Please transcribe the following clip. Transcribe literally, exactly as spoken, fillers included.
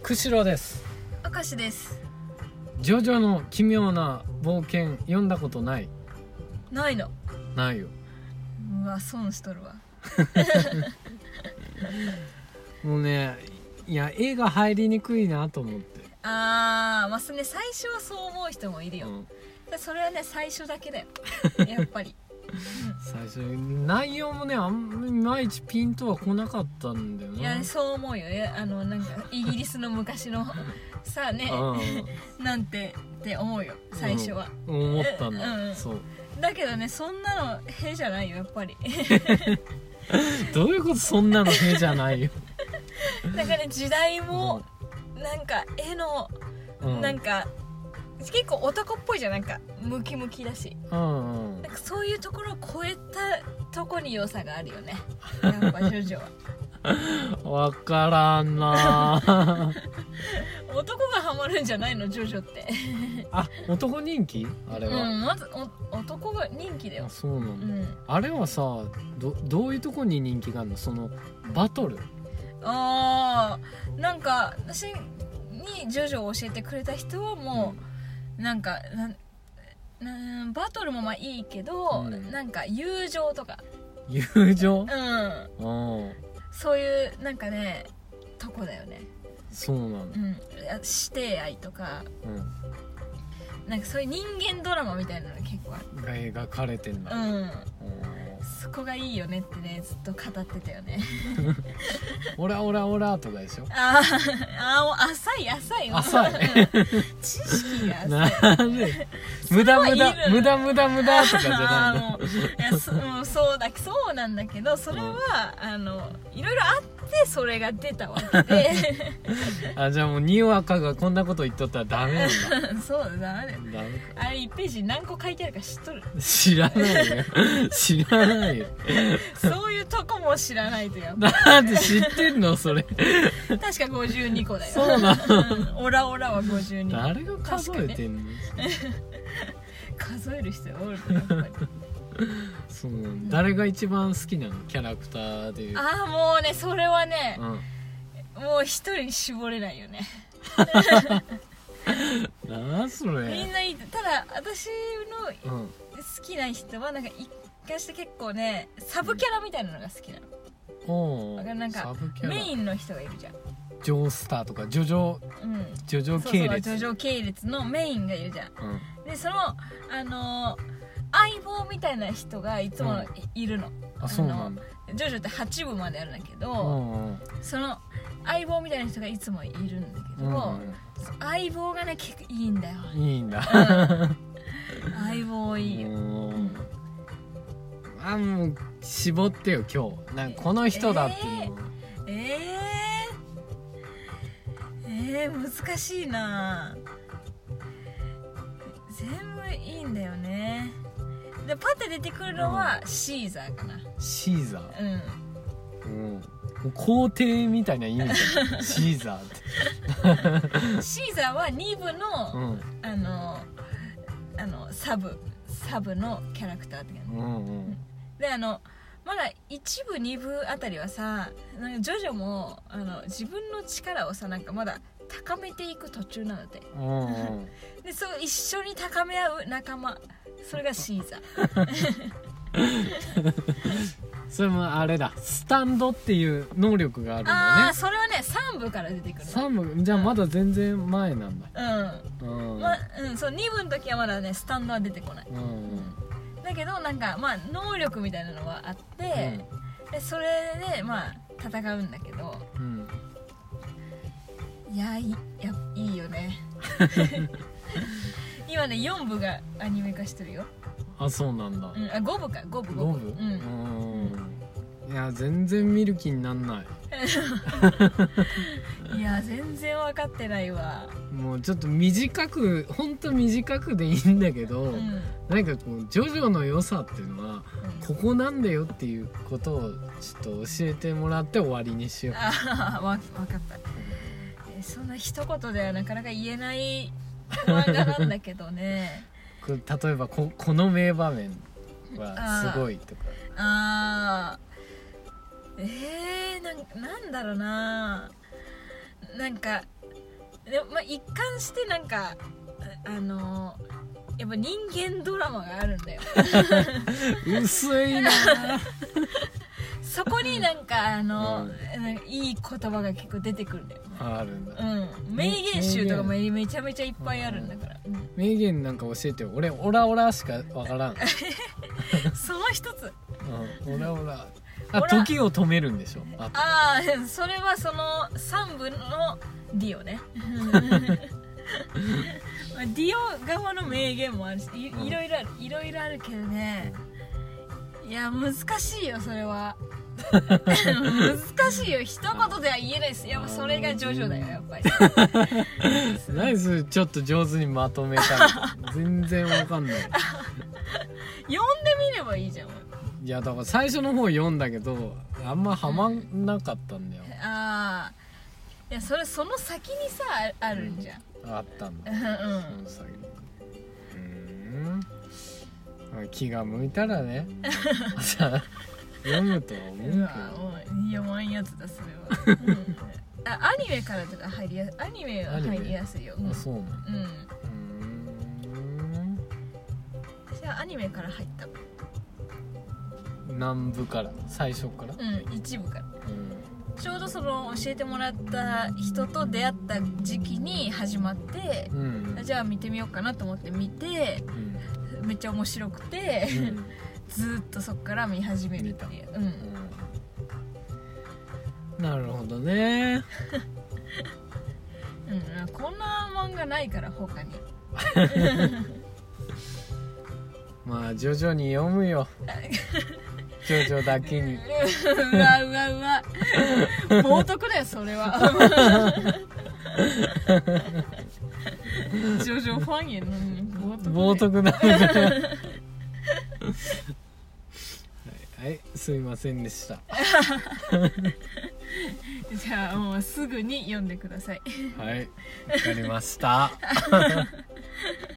釧路です。 明石です。 ジョジョの奇妙な冒険読んだことない？ ないの。 ないよ。 うわ、損しとるわ。 もうね、いや映画入りにくいなと思って。 あー、まあね、最初はそう思う人もいるよ、うん、それはね最初だけだよやっぱり最初内容もねあんまいちピンとは来なかったんだよね。 いやそう思うよ。あのなんかイギリスの昔のさあねなんてって思うよ最初は、 うん、思ったんだ、うん、そうだけどねそんなのへじゃないよやっぱりどういうこと？そんなのへじゃないよだから、ね、時代も、うん、なんか絵の、うん、なんか結構男っぽいじゃん。なんかムキムキだし、うんうん、なんかそういうところを超えたとこに良さがあるよねやっぱジョジョはわからんな男がハマるんじゃないのジョジョってあ、男人気？あれは、 うん、まずお男が人気だよ。 あ、そうなんだ、うん、あれはさ ど, どういうとこに人気があるの？そのバトル？ あー、なんか私にジョジョを教えてくれた人はもう、うん、なんかななバトルもまあいいけど、うん、なんか友情とか友情？うん 、そういうなんかねとこだよね。 そうなんだ、うん、師弟愛とか、うん、なんかそういう人間ドラマみたいなのが結構あるが描かれてんだ、うん、 そこがいいよねってねずっと語ってたよねオラオラオラとかでしょ。 ああ、浅い浅い浅い知識が浅いなんで無駄無駄無駄無駄無駄とかじゃないの？ もういや そ, もうそうだそうなんだけどそれは、うん、あのいろいろあってそれが出たわけであ、じゃあもうにわかがこんなこと言っとったらダメなんだそうだダメだよ。あれいちページ何個書いてあるか知っとる？ 知らないよ知らないよそういうとこも知らないとやっぱなんで知ってんのそれ確かごじゅうにこだよ。 そうなのオラオラはごじゅうにこ。 誰が数えてんの、ね、 数える人はおるやっぱりそう、うん、誰が一番好きなのキャラクターでいう？ ああもうねそれはね、うん、もう一人に絞れないよねなあそれみんないい。ただ私の好きな人はなんか一回して結構ねサブキャラみたいなのが好きなの。だからなんかメインの人がいるじゃん。 ジョースターとかジョジョ、うん、ジョジョ系列。 そうそうジョジョ系列のメインがいるじゃん、うん、でそのあのー相棒みたいな人がいつもいるの、うん、 あそうなんだ。 ジョジョってはちぶまであるんだけど、うんうん、その相棒みたいな人がいつもいるんだけど、うんうん、相棒がね結構いいんだよ。 いいんだ、 うん、相棒いいよ、うん、 あもう絞ってよ今日なんかこの人だっていうの。 えー、えー、えー、難しいな。全部いいんだよね。でパッて出てくるのはシーザーかな。 シーザー、うん、うん、皇帝みたいな意味じゃんシーザーってシーザーはにぶの、うん、あのあのサブサブのキャラクターって感じ、うんうん、であのまだいちぶにぶあたりはさなんかジョジョもあの自分の力をさなんかまだ高めていく途中なので、うんうん、でそう一緒に高め合う仲間、それがシーザーそれもあれだスタンドっていう能力があるんだね。 ああそれはねさんぶから出てくる。 さんぶじゃあまだ全然前なんだ。 うん、うんまうん、そうにぶの時はまだねスタンドは出てこない、うんうん、だけどなんかまあ能力みたいなのはあって、うん、でそれでまあ戦うんだけど、うん、いやいやいいよね今ねよんぶがアニメ化してるよ。 あそうなんだ、 うん、あごぶかごぶごぶ、うん、うん、いや全然見る気になんないいや全然分かってないわ。 もうちょっと短くほんと短くでいいんだけど、うん、なんかこうジョジョの良さっていうのは、うん、ここなんだよっていうことをちょっと教えてもらって終わりにしよう。 あ分かった、えそんな一言ではなかなか言えない漫画なんだけどね例えば こ, この名場面はすごいとか。 ああえー、な, なんだろうななんかでもまあ一貫してなんかあのやっぱ人間ドラマがあるんだよ薄いなそこになんかあの、うん、なんかいい言葉が結構出てくるんだよ。 あるんだ、 うん、名言集とかもめちゃめちゃいっぱいあるんだから、うん、 名言なんか教えてよ。俺オラオラしかわからんその一つ、 うん、オラオラあ時を止めるんでしょ。ああーそれはそのさんぶのディオねディオ側の名言もあるし い, いろいろあるいろいろあるけどね、いや難しいよそれは難しいよ一言では言えないです。やっぱそれがジョジョだよやっぱり何それちょっと上手にまとめたの全然わかんない読んでみればいいじゃん。 いやだから最初の方読んだけどあんまハマんなかったんだよ、 うん、ああいやそれその先にさ あ, あるんじゃん、 うん、あったんだ、うん、その先にうーん気が向いたらね読むとは思うけど、うわ読まんやつだそれは、うん、あアニメからとか入りやすいアニメは入りやすいよ、うん、 あそうなの、 うん、うん私はアニメから入った。 何部から最初から？ うん一部から、うん、ちょうどその教えてもらった人と出会った時期に始まって、うん、じゃあ見てみようかなと思って見て、うん、めっちゃ面白くて、うん、ずっとそっから見始めるっていう、うんうん、なるほどねうん、こんな漫画ないから他にまあ徐々に読むよジョジョだけにうわうわうわ冒涜だよそれはジョジョファンやのに冒涜だはい、はい、すいませんでしたじゃあもうすぐに読んでください。 はい、わかりました